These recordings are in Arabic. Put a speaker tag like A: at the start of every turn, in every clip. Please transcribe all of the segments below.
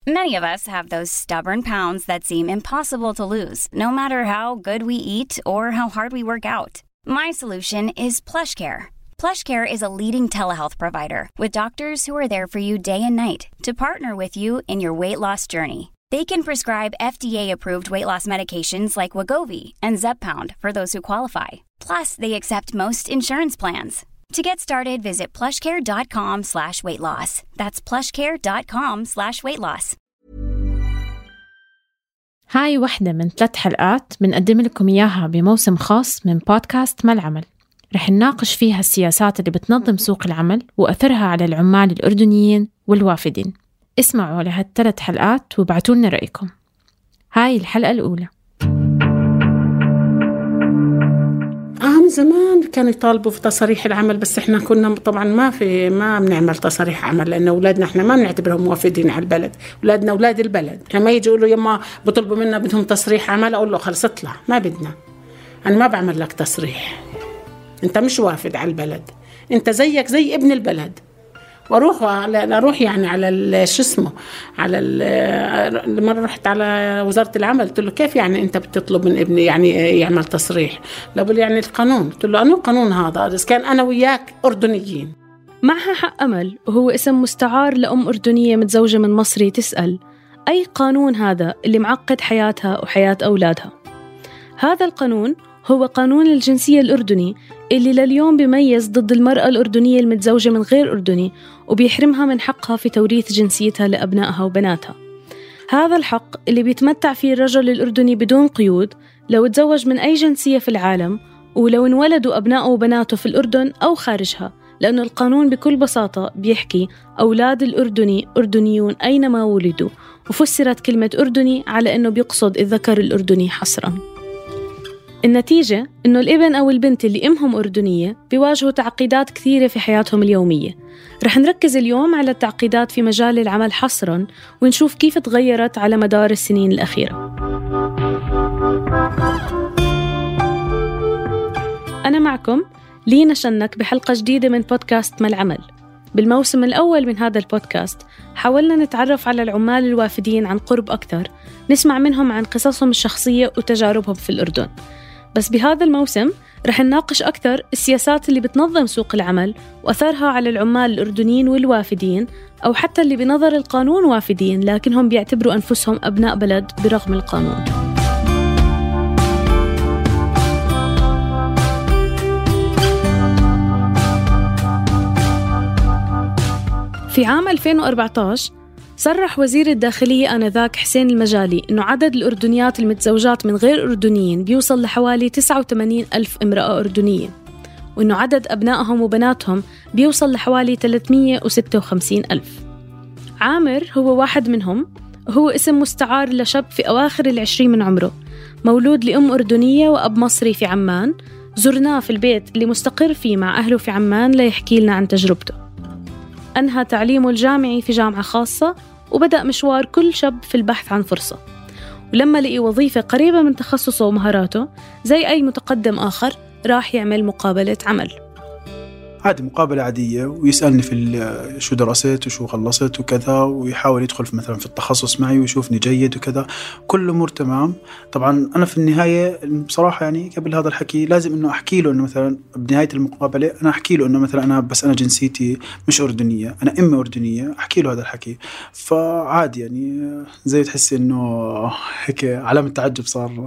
A: Many of us have those stubborn pounds that seem impossible to lose, no matter how good we eat or how hard we work out. My solution is PlushCare. PlushCare is a leading telehealth provider with doctors who are there for you day and night to partner with you in your weight loss journey. They can prescribe FDA-approved weight loss medications like Wegovy and Zepbound for those who qualify. Plus, they accept most insurance plans. To get started, visit plushcare.com/weightloss. That's plushcare.com/weightloss.
B: هاي واحدة من 3 حلقات بنقدم لكم إياها بموسم خاص من بودكاست ما العمل. رح نناقش فيها السياسات اللي بتنظم سوق العمل وأثرها على العمال الأردنيين والوافدين. اسمعوا لهال3 حلقات وابعتوا لنا رأيكم. هاي الحلقة الأولى.
C: من زمان كانوا يطالبوا في تصاريح العمل، بس احنا كنا طبعا ما بنعمل تصاريح عمل، لأن أولادنا احنا ما بنعتبرهم موافدين على البلد. أولادنا أولاد البلد، لما يجي يقولوا يما بطلبوا منا بدهم تصريح عمل، أقول له خلص اطلع، ما بدنا، أنا ما بعمل لك تصريح، أنت مش وافد على البلد، أنت زيك زي ابن البلد. واروح يعني على شو اسمه، على لما رحت على وزارة العمل قلت له كيف يعني انت بتطلب من ابني يعني يعمل تصريح؟ لا بقول يعني القانون. قلت له انو قانون هذا؟ اذا كان انا وياك اردنيين.
D: معها حق أمل، وهو اسم مستعار لأم أردنية متزوجة من مصري، تسأل أي قانون هذا اللي معقد حياتها وحياة أولادها؟ هذا القانون هو قانون الجنسية الأردني اللي لليوم بيميز ضد المرأة الأردنية المتزوجة من غير أردني، وبيحرمها من حقها في توريث جنسيتها لأبنائها وبناتها. هذا الحق اللي بيتمتع فيه الرجل الأردني بدون قيود لو تزوج من أي جنسية في العالم، ولو انولدوا أبنائه وبناته في الأردن أو خارجها، لأنه القانون بكل بساطة بيحكي أولاد الأردني أردنيون أينما ولدوا، وفسرت كلمة أردني على أنه بيقصد الذكر الأردني حصراً. النتيجة إنه الابن أو البنت اللي أمهم أردنية بيواجهوا تعقيدات كثيرة في حياتهم اليومية. رح نركز اليوم على التعقيدات في مجال العمل حصراً، ونشوف كيف تغيرت على مدار السنين الأخيرة. أنا معكم لينا شنك بحلقة جديدة من بودكاست ما العمل. بالموسم الأول من هذا البودكاست حاولنا نتعرف على العمال الوافدين عن قرب أكثر، نسمع منهم عن قصصهم الشخصية وتجاربهم في الأردن. بس بهذا الموسم رح نناقش أكثر السياسات اللي بتنظم سوق العمل وأثرها على العمال الأردنيين والوافدين، أو حتى اللي بنظر القانون وافدين لكنهم بيعتبروا أنفسهم أبناء بلد برغم القانون. في عام 2014 صرح وزير الداخلية آنذاك حسين المجالي إنه عدد الأردنيات المتزوجات من غير أردنيين بيوصل لحوالي 89 ألف امرأة أردنية، وإنه عدد أبنائهم وبناتهم بيوصل لحوالي 356 ألف. عامر هو واحد منهم، هو اسم مستعار لشاب في أواخر 20 من عمره، مولود لأم أردنية وأب مصري في عمان. زرناه في البيت اللي مستقر فيه مع أهله في عمان ليحكي لنا عن تجربته. أنهى تعليمه الجامعي في جامعة خاصة، وبدأ مشوار كل شاب في البحث عن فرصة، ولما لقي وظيفة قريبة من تخصصه ومهاراته زي أي متقدم آخر راح يعمل مقابلة عمل.
E: عادي، مقابلة عادية، ويسألني في شو درست وشو خلصت وكذا، ويحاول يدخل مثلا في التخصص معي ويشوفني جيد وكذا، كل أمور تمام. طبعا أنا في النهاية بصراحة يعني قبل هذا الحكي لازم إنه أحكي له إنه مثلا بنهاية المقابلة أنا أحكي له إنه مثلا أنا جنسيتي مش أردنية، أنا أم أردنية، أحكي له هذا الحكي. فعادي يعني زي تحس إنه هيك علامة تعجب صار.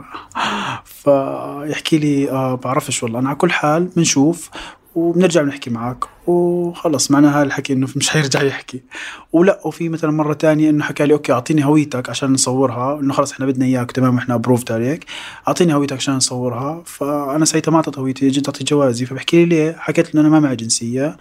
E: فيحكي لي بعرفش والله، أنا على كل حال بنشوف وبنرجع بنحكي معك وخلص. معناها الحكي إنه مش حيرجع يحكي. ولا وفي مثلا مرة تانية إنه حكى لي أوكي أعطيني هويتك عشان نصورها، إنه خلص إحنا بدنا إياك تمام، إحنا أبروفد عليك، أعطيني هويتك عشان نصورها. فأنا ساعتها ما أعطيت هويتي، جيت أعطي جوازي. فبحكي لي ليه؟ حكيت له أنا ما معي جنسية.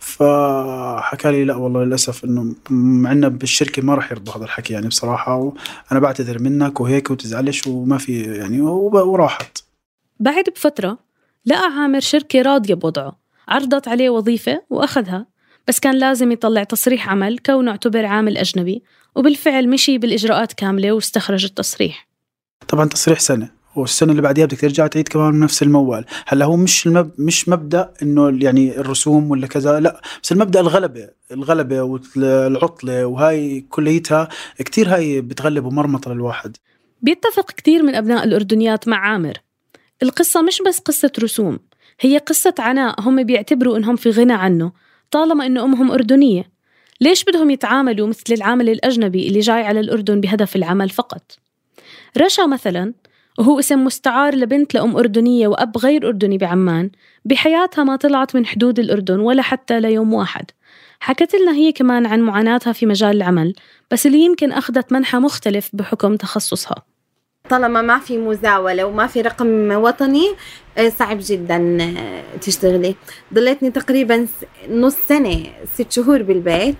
E: فحكى لي لا والله للأسف إنه معنا بالشركة ما راح يرضوا هذا الحكي يعني بصراحة، وأنا بعتذر منك وهيك وتزعلش وما في يعني، وراحت.
D: بعد بفترة لقى عامر شركة راضية بوضعه، عرضت عليه وظيفة وأخذها، بس كان لازم يطلع تصريح عمل كونه اعتبر عامل أجنبي، وبالفعل مشي بالإجراءات كاملة واستخرج التصريح.
E: طبعا تصريح سنة، والسنة اللي بعديها بدك ترجع تعيد كمان نفس الموال. هلا هو مش مبدأ إنه يعني الرسوم ولا كذا، لا، بس المبدأ الغلبة والعطلة، وهاي كليتها كتير هاي بتغلب ومرمطة للواحد.
D: بيتفق كتير من أبناء الأردنيات مع عامر، القصة مش بس قصة رسوم، هي قصة عناء هم بيعتبروا إنهم في غنى عنه طالما إنه أمهم أردنية. ليش بدهم يتعاملوا مثل العامل الأجنبي اللي جاي على الأردن بهدف العمل فقط؟ رشا مثلاً، وهو اسم مستعار لبنت لأم أردنية وأب غير أردني بعمان، بحياتها ما طلعت من حدود الأردن ولا حتى ليوم واحد. حكت لنا هي كمان عن معاناتها في مجال العمل، بس اللي يمكن أخذت منحى مختلف بحكم تخصصها.
F: طالما ما في مزاولة وما في رقم وطني صعب جدا تشتغلي. ضليتني تقريبا نص سنة 6 شهور بالبيت،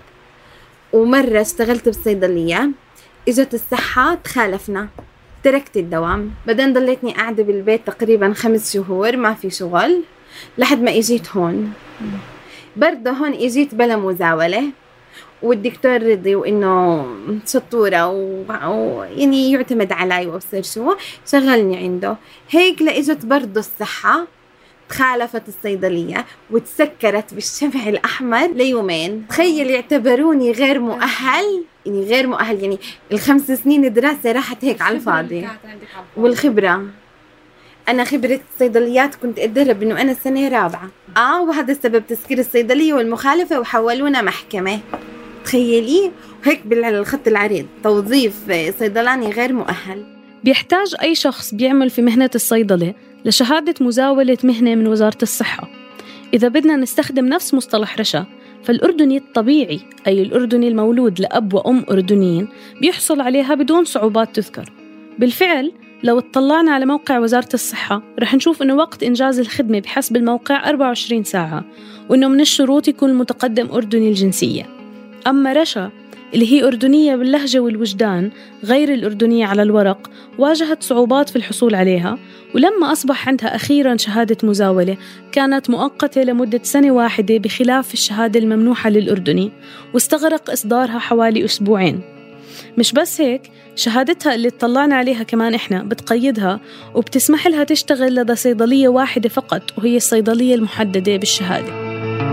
F: ومرة اشتغلت بالصيدلية، اجت الصحة تخالفنا، تركت الدوام. بعدين ضليتني قاعدة بالبيت تقريبا 5 شهور ما في شغل، لحد ما اجيت هون. برضه هون اجيت بلا مزاولة، والدكتور رضي وإنه شطورة يعني يعتمد علي وأبصر شو شغلني عنده. هيك لإجت برضو الصحة تخالفت الصيدلية وتسكرت بالشمع الأحمر ليومين. تخيل يعتبروني غير مؤهل، يعني غير مؤهل، يعني 5 سنين دراسة راحت هيك على الفاضي. والخبرة، أنا خبرة الصيدليات كنت أتدرب إنه أنا سنة رابعة. وهذا السبب تسكير الصيدلية والمخالفة، وحولونا محكمة. تخيلي هيك بالخط العريض، توظيف صيدلاني غير مؤهل.
D: بيحتاج أي شخص بيعمل في مهنة الصيدلة لشهادة مزاولة مهنة من وزارة الصحة. إذا بدنا نستخدم نفس مصطلح رشا، فالأردني الطبيعي، أي الأردني المولود لأب وأم أردنيين، بيحصل عليها بدون صعوبات تذكر. بالفعل لو اطلعنا على موقع وزارة الصحة رح نشوف إنه وقت إنجاز الخدمة بحسب الموقع 24 ساعة، وإنه من الشروط يكون المتقدم أردني الجنسية. أما رشا اللي هي أردنية باللهجة والوجدان غير الأردنية على الورق، واجهت صعوبات في الحصول عليها، ولما أصبح عندها أخيراً شهادة مزاولة كانت مؤقتة لمدة 1 سنة بخلاف الشهادة الممنوحة للأردني، واستغرق إصدارها حوالي 2 أسبوع. مش بس هيك، شهادتها اللي اطلعنا عليها كمان إحنا بتقيدها وبتسمح لها تشتغل لدى صيدلية واحدة فقط، وهي الصيدلية المحددة بالشهادة.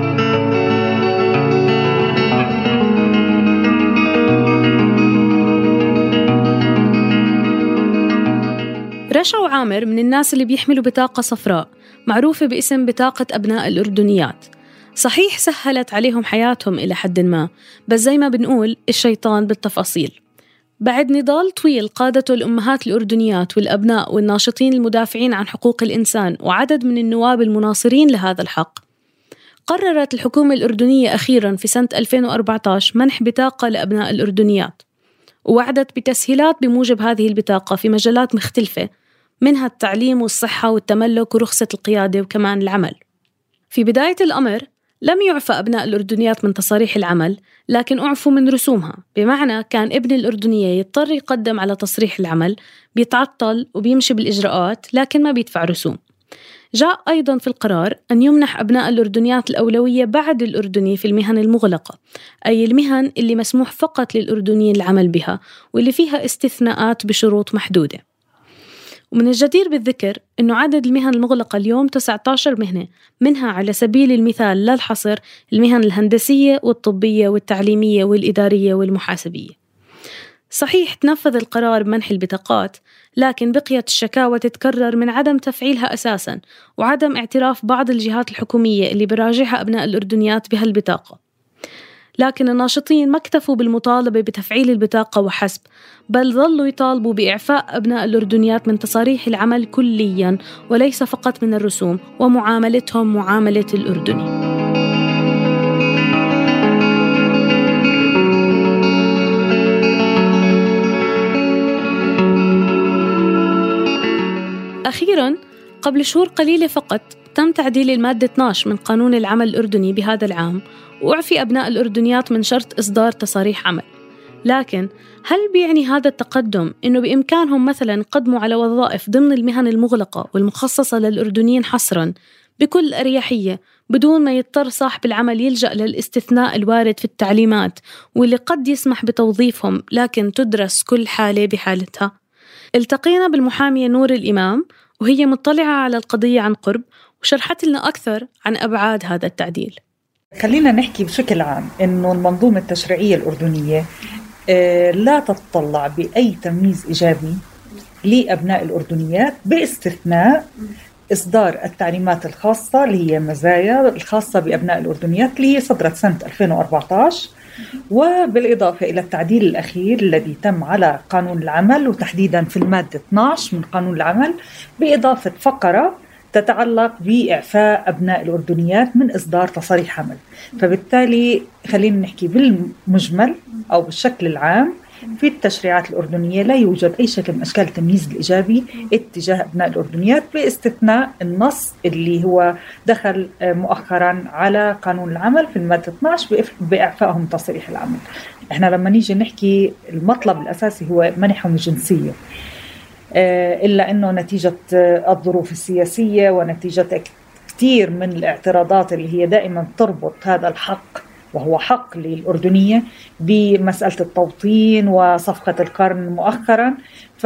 D: رشا وعامر من الناس اللي بيحملوا بطاقة صفراء معروفة باسم بطاقة أبناء الأردنيات. صحيح سهلت عليهم حياتهم إلى حد ما، بس زي ما بنقول الشيطان بالتفاصيل. بعد نضال طويل قادته الأمهات الأردنيات والأبناء والناشطين المدافعين عن حقوق الإنسان وعدد من النواب المناصرين لهذا الحق، قررت الحكومة الأردنية أخيراً في سنة 2014 منح بطاقة لأبناء الأردنيات، ووعدت بتسهيلات بموجب هذه البطاقة في مجالات مختلفة، منها التعليم والصحة والتملك ورخصة القيادة وكمان العمل. في بداية الأمر لم يعفى أبناء الأردنيات من تصاريح العمل، لكن أعفوا من رسومها، بمعنى كان ابن الأردنية يضطر يقدم على تصريح العمل، بيتعطل وبيمشي بالإجراءات لكن ما بيدفع رسوم. جاء أيضاً في القرار أن يمنح أبناء الأردنيات الأولوية بعد الأردني في المهن المغلقة، أي المهن اللي مسموح فقط للأردنيين العمل بها واللي فيها استثناءات بشروط محدودة. ومن الجدير بالذكر أنه عدد المهن المغلقة اليوم 19 مهنة، منها على سبيل المثال لا الحصر المهن الهندسية والطبية والتعليمية والإدارية والمحاسبية. صحيح تنفذ القرار بمنح البطاقات، لكن بقيت الشكاوى تتكرر من عدم تفعيلها أساساً، وعدم اعتراف بعض الجهات الحكومية اللي براجعها أبناء الأردنيات بهالبطاقة. لكن الناشطين ما اكتفوا بالمطالبة بتفعيل البطاقة وحسب، بل ظلوا يطالبوا بإعفاء أبناء الأردنيات من تصاريح العمل كلياً، وليس فقط من الرسوم، ومعاملتهم معاملة الأردني. أخيراً قبل شهور قليلة فقط تم تعديل المادة 12 من قانون العمل الأردني بهذا العام، وأعفي أبناء الأردنيات من شرط إصدار تصاريح عمل. لكن هل بيعني هذا التقدم إنه بإمكانهم مثلاً يقدموا على وظائف ضمن المهن المغلقة والمخصصة للأردنيين حصراً بكل أريحية، بدون ما يضطر صاحب العمل يلجأ للاستثناء الوارد في التعليمات واللي قد يسمح بتوظيفهم، لكن تدرس كل حالة بحالتها؟ التقينا بالمحامية نور الإمام وهي مطلعة على القضية عن قرب وشرحت لنا أكثر عن أبعاد هذا التعديل.
G: خلينا نحكي بشكل عام إنه المنظومة التشريعية الأردنية لا تتطلع بأي تمييز إيجابي لأبناء الأردنيات باستثناء إصدار التعليمات الخاصة اللي هي مزايا الخاصة بأبناء الأردنيات اللي هي صدرت سنة 2014، وبالإضافة إلى التعديل الأخير الذي تم على قانون العمل وتحديدا في المادة 12 من قانون العمل بإضافة فقرة تتعلق بإعفاء أبناء الأردنيات من إصدار تصاريح عمل. فبالتالي خلينا نحكي بالمجمل أو بالشكل العام في التشريعات الأردنية لا يوجد أي شكل من أشكال التمييز الإيجابي اتجاه أبناء الأردنيات باستثناء النص اللي هو دخل مؤخرا على قانون العمل في المادة 12 بإعفائهم تصريح العمل. إحنا لما نيجي نحكي المطلب الأساسي هو منحهم الجنسية، إلا أنه نتيجة الظروف السياسية ونتيجة كثير من الاعتراضات اللي هي دائما تربط هذا الحق وهو حق للأردنية بمسألة التوطين وصفقة القرن مؤخرا،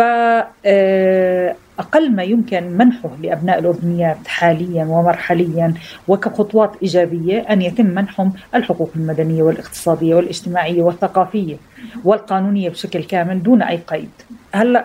G: فأقل ما يمكن منحه لأبناء الأردنيات حاليا ومرحليا وكخطوات إيجابية أن يتم منحهم الحقوق المدنية والاقتصادية والاجتماعية والثقافية والقانونية بشكل كامل دون أي قيد. هلأ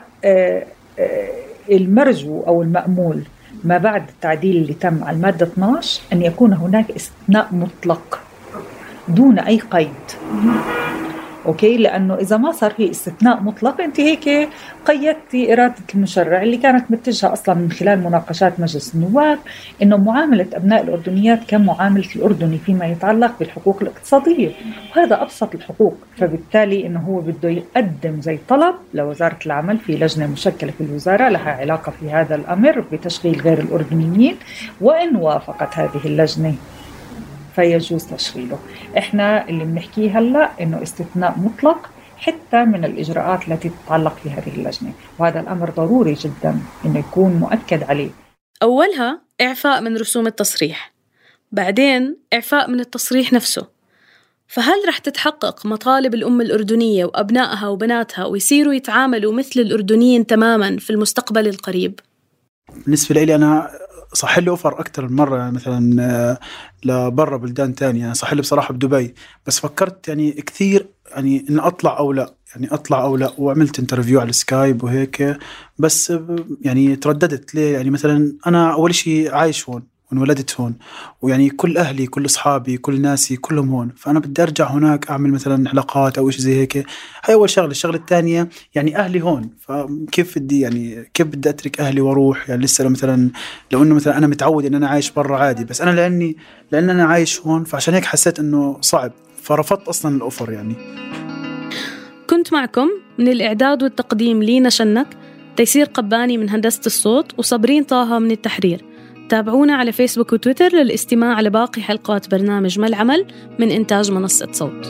G: المرجو أو المأمول ما بعد التعديل اللي تم على المادة 12 أن يكون هناك استثناء مطلق دون أي قيد. أوكي، لأنه إذا ما صار في استثناء مطلق أنت هيك قيدتي إرادة المشرع اللي كانت متجهة أصلا من خلال مناقشات مجلس النواب إنه معاملة أبناء الأردنيات كمعاملة الأردني فيما يتعلق بالحقوق الاقتصادية، وهذا أبسط الحقوق. فبالتالي إنه هو بده يقدم زي طلب لوزارة العمل في لجنة مشكلة في الوزارة لها علاقة في هذا الأمر بتشغيل غير الأردنيين، وإن وافقت هذه اللجنة فيجوز تشغيله. إحنا اللي بنحكيه هلأ إنه استثناء مطلق حتى من الإجراءات التي تتعلق في هذه اللجنة، وهذا الأمر ضروري جدا إنه يكون مؤكد عليه.
D: أولها إعفاء من رسوم التصريح، بعدين إعفاء من التصريح نفسه. فهل رح تتحقق مطالب الأم الأردنية وأبنائها وبناتها ويصيروا يتعاملوا مثل الأردنيين تماما في المستقبل القريب؟
E: بالنسبة لي أنا صح لي أوفر أكتر من مرة، يعني مثلا لبرا بلدان تانية، يعني صح لي بصراحة بدبي، بس فكرت يعني كثير يعني إن أطلع أو لا، يعني أطلع أو لا، وعملت انترفيو على السكايب وهيك، بس يعني ترددت. ليه؟ يعني مثلا أنا أول شيء عايش هون وانولدت هون، ويعني كل أهلي كل أصحابي كل ناسي كلهم هون، فأنا بدي أرجع هناك أعمل مثلا علاقات أو إيش زي هيك. هاي أول شغلة. الشغلة الثانية يعني أهلي هون، فكيف بدي يعني كيف بدي أترك أهلي وأروح؟ يعني لسه لو إنه مثلا أنا متعود إن أنا عايش برا عادي، بس أنا لأن أنا عايش هون، فعشان هيك حسيت إنه صعب، فرفضت أصلا الأوفر. يعني
D: كنت معكم من الإعداد والتقديم لينا شنك، تيسير قباني من هندسة الصوت، وصابرين طه من التحرير. تابعونا على فيسبوك وتويتر للاستماع على باقي حلقات برنامج ما العمل من إنتاج منصة صوت.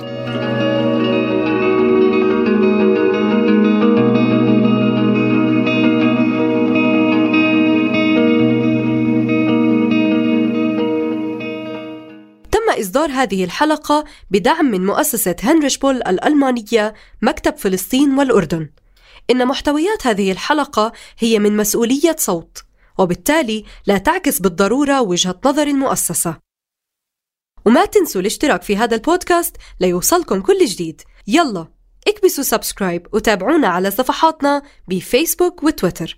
H: تم إصدار هذه الحلقة بدعم من مؤسسة هنريش بول الألمانية مكتب فلسطين والأردن. إن محتويات هذه الحلقة هي من مسؤولية صوت، وبالتالي لا تعكس بالضرورة وجهة نظر المؤسسة. وما تنسوا الاشتراك في هذا البودكاست ليوصلكم كل جديد. يلا اكبسوا سبسكرايب وتابعونا على صفحاتنا بفيسبوك وتويتر.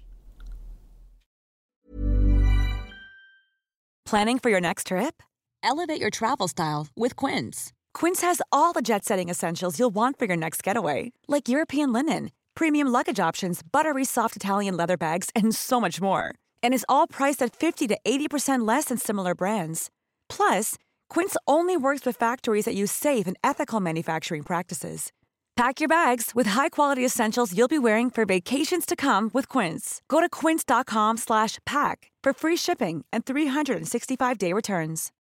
I: Planning for your next trip? Elevate your travel style with Quince. Quince has all the jet-setting essentials you'll want for your next getaway, like European linen, premium luggage options, buttery soft Italian leather bags, and so much more. And is all priced at 50 to 80% less than similar brands. Plus, Quince only works with factories that use safe and ethical manufacturing practices. Pack your bags with high-quality essentials you'll be wearing for vacations to come with Quince. Go to quince.com/pack for free shipping and 365-day returns.